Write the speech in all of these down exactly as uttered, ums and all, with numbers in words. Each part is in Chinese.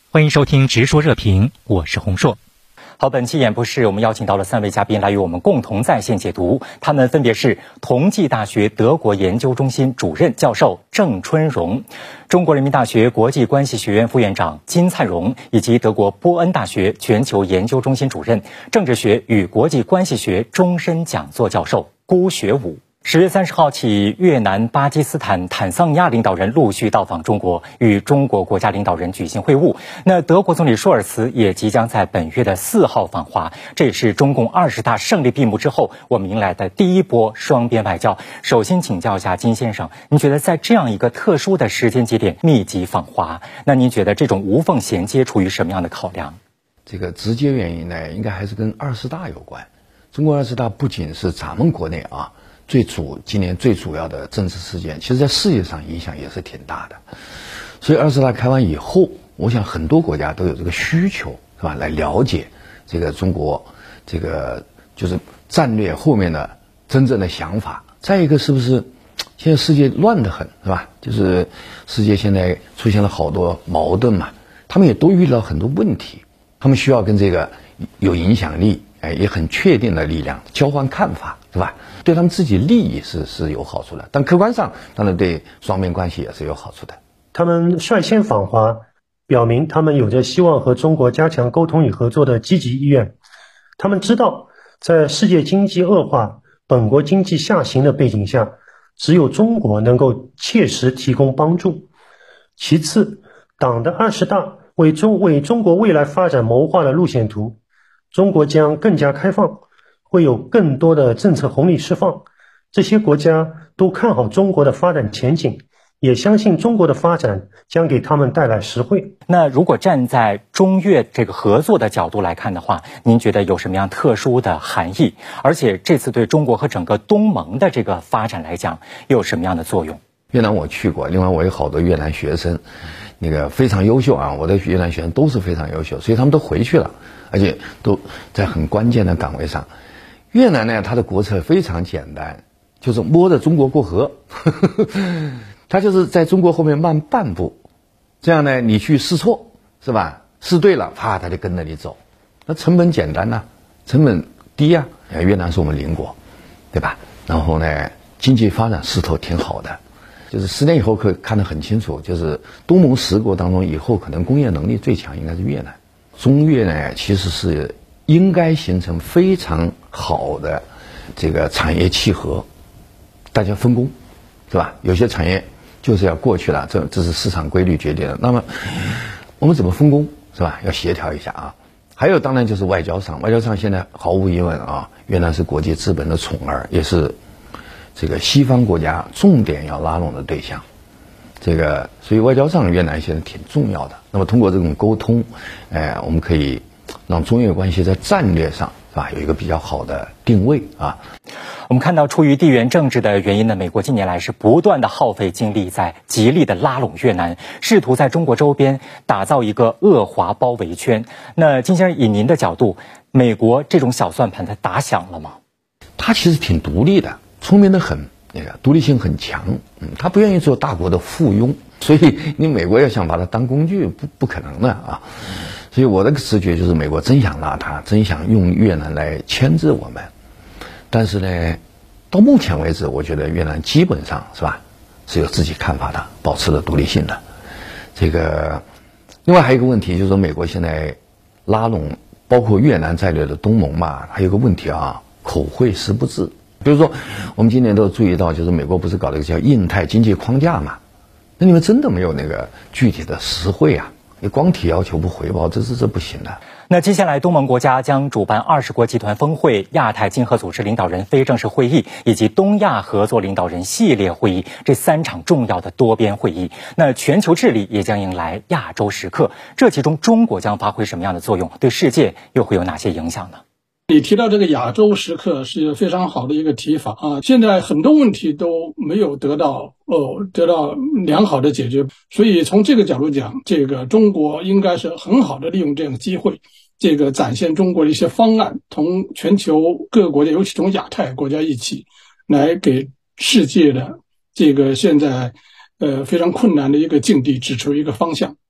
欢迎收听直说热评，我是洪硕。好，本期演播室我们邀请到了三位嘉宾来与我们共同在线解读，他们分别是同济大学德国研究中心主任教授郑春荣、中国人民大学国际关系学院副院长金灿荣，以及德国波恩大学全球研究中心主任、政治学与国际关系学终身讲座教授辜学武。十月三十号起，越南、巴基斯坦、坦桑尼亚领导人陆续到访中国，与中国国家领导人举行会晤。那德国总理舒尔茨也即将在本月的四号访华，这也是中共二十大胜利闭幕之后，我们迎来的第一波双边外交。首先请教一下金先生，您觉得在这样一个特殊的时间节点密集访华，那您觉得这种无缝衔接出于什么样的考量？ 这个直接原因呢，应该还是跟二十大有关。中国二十大不仅是咱们国内啊。最主今年最主要的政治事件，其实在世界上影响也是挺大的。所以二十大开完以后，我想很多国家都有这个需求，是吧？来了解这个中国这个就是战略后面的真正的想法。再一个，是不是现在世界乱得很，是吧？就是世界现在出现了好多矛盾嘛，他们也都遇到很多问题，他们需要跟这个有影响力、哎也很确定的力量交换看法，是吧？对他们自己利益是是有好处的，但客观上当然对双边关系也是有好处的。 他们率先访华，表明他们有着希望和中国加强沟通与合作的积极意愿。他们知道，在世界经济恶化、本国经济下行的背景下，只有中国能够切实提供帮助。其次，党的二十大为中为中国未来发展谋划了路线图，中国将更加开放。会有更多的政策红利释放，这些国家都看好中国的发展前景，也相信中国的发展将给他们带来实惠。 那如果站在中越这个合作的角度来看的话，您觉得有什么样特殊的含义？而且这次对中国和整个东盟的这个发展来讲，又有什么样的作用？ 越南我去过，另外我有好多越南学生，那个非常优秀啊，我的越南学生都是非常优秀，所以他们都回去了，而且都在很关键的岗位上。越南呢，它的国策非常简单，就是摸着中国过河，它就是在中国后面慢半步，这样呢，你去试错是吧？试对了，啪，他就跟着你走，那成本简单呐、啊，成本低呀、啊。越南是我们邻国，对吧？然后呢，经济发展势头挺好的，就是十年以后可以看得很清楚，就是东盟十国当中，以后可能工业能力最强应该是越南。中越呢，其实是应该形成非常好的这个产业契合，大家分工，是吧？有些产业就是要过去了，这这是市场规律决定的。那么我们怎么分工，是吧？要协调一下啊。还有当然就是外交上，外交上现在毫无疑问啊，越南是国际资本的宠儿，也是这个西方国家重点要拉拢的对象。这个所以外交上越南现在挺重要的。那么通过这种沟通，哎，我们可以让中越关系在战略上是吧有一个比较好的定位啊。 我们看到，出于地缘政治的原因呢，美国近年来是不断的耗费精力，在极力的拉拢越南，试图在中国周边打造一个恶华包围圈。那金先生，以您的角度，美国这种小算盘它打响了吗？ 他其实挺独立的，聪明得很，那个独立性很强，嗯，他不愿意做大国的附庸，所以你美国要想把它当工具，不不可能的啊。所以我的直觉就是美国真想拉他，真想用越南来牵制我们。但是呢，到目前为止，我觉得越南基本上是吧是有自己看法的，保持了独立性的。这个另外还有一个问题，就是说美国现在拉拢包括越南在内的东盟嘛，还有个问题啊，口惠实不至。比如说我们今年都注意到，就是美国不是搞了一个叫印太经济框架嘛，那你们真的没有那个具体的实惠啊，你光提要求不回报，这是这不行的。 那接下来，东盟国家将主办二十国集团峰会、亚太经合组织领导人非正式会议以及东亚合作领导人系列会议，这三场重要的多边会议。那全球治理也将迎来亚洲时刻，这其中中国将发挥什么样的作用？对世界又会有哪些影响呢？ 你提到这个亚洲时刻是非常好的一个提法啊！现在很多问题都没有得到哦得到良好的解决，所以从这个角度讲，这个中国应该是很好的利用这样的机会，这个展现中国的一些方案，同全球各个国家，尤其同亚太国家一起，来给世界的这个现在呃非常困难的一个境地指出一个方向。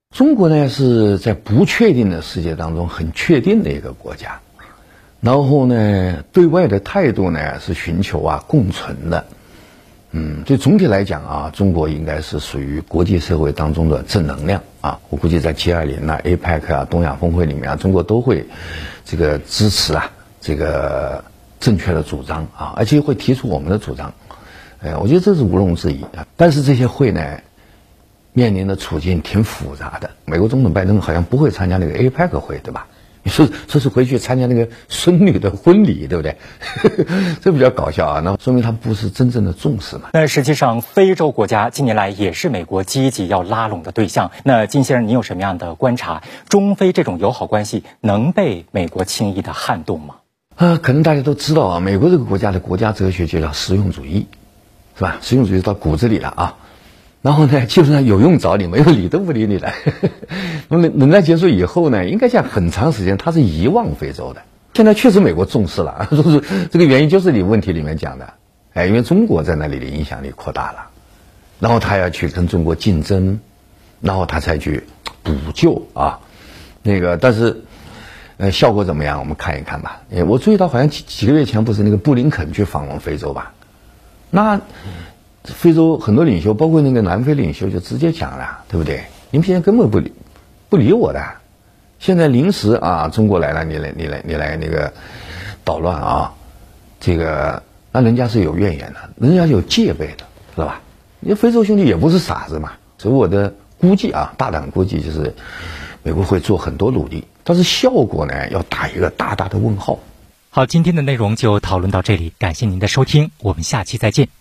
中国呢是在不确定的世界当中很确定的一个国家，然后呢对外的态度呢是寻求啊共存的。嗯，所以总体来讲啊，中国应该是属于国际社会当中的正能量啊。我估计在 G 二十 啊、A P E C 啊、东亚峰会里面啊，中国都会这个支持啊这个正确的主张啊，而且会提出我们的主张。哎，我觉得这是毋庸置疑啊。但是这些会呢，面临的处境挺复杂的。美国总统拜登好像不会参加那个 A P E C 会，对吧？你说这是回去参加那个孙女的婚礼，对不对？这比较搞笑啊，那说明他不是真正的重视嘛。 那实际上，非洲国家近年来也是美国积极要拉拢的对象。那金先生，你有什么样的观察？中非这种友好关系能被美国轻易的撼动吗？ 啊，可能大家都知道啊，美国这个国家的国家哲学就叫实用主义，是吧？实用主义到骨子里了啊。然后呢，基本上有用找你，没有理都不理你了。那么冷战结束以后呢，应该讲很长时间他是遗忘非洲的。现在确实美国重视了，说是这个原因就是你问题里面讲的，哎，因为中国在那里的影响力扩大了，然后他要去跟中国竞争，然后他才去补救啊，那个但是呃效果怎么样？我们看一看吧。哎，我注意到好像几几个月前不是那个布林肯去访问非洲吧？那非洲很多领袖，包括那个南非领袖，就直接讲了，对不对？你们现在根本不理不理我的，现在临时啊，中国来了，你来你来你来那个捣乱啊，这个那人家是有怨言的，人家有戒备的，是吧？你非洲兄弟也不是傻子嘛，所以我的估计啊，大胆估计就是美国会做很多努力，但是效果呢，要打一个大大的问号。 好，今天的内容就讨论到这里，感谢您的收听，我们下期再见。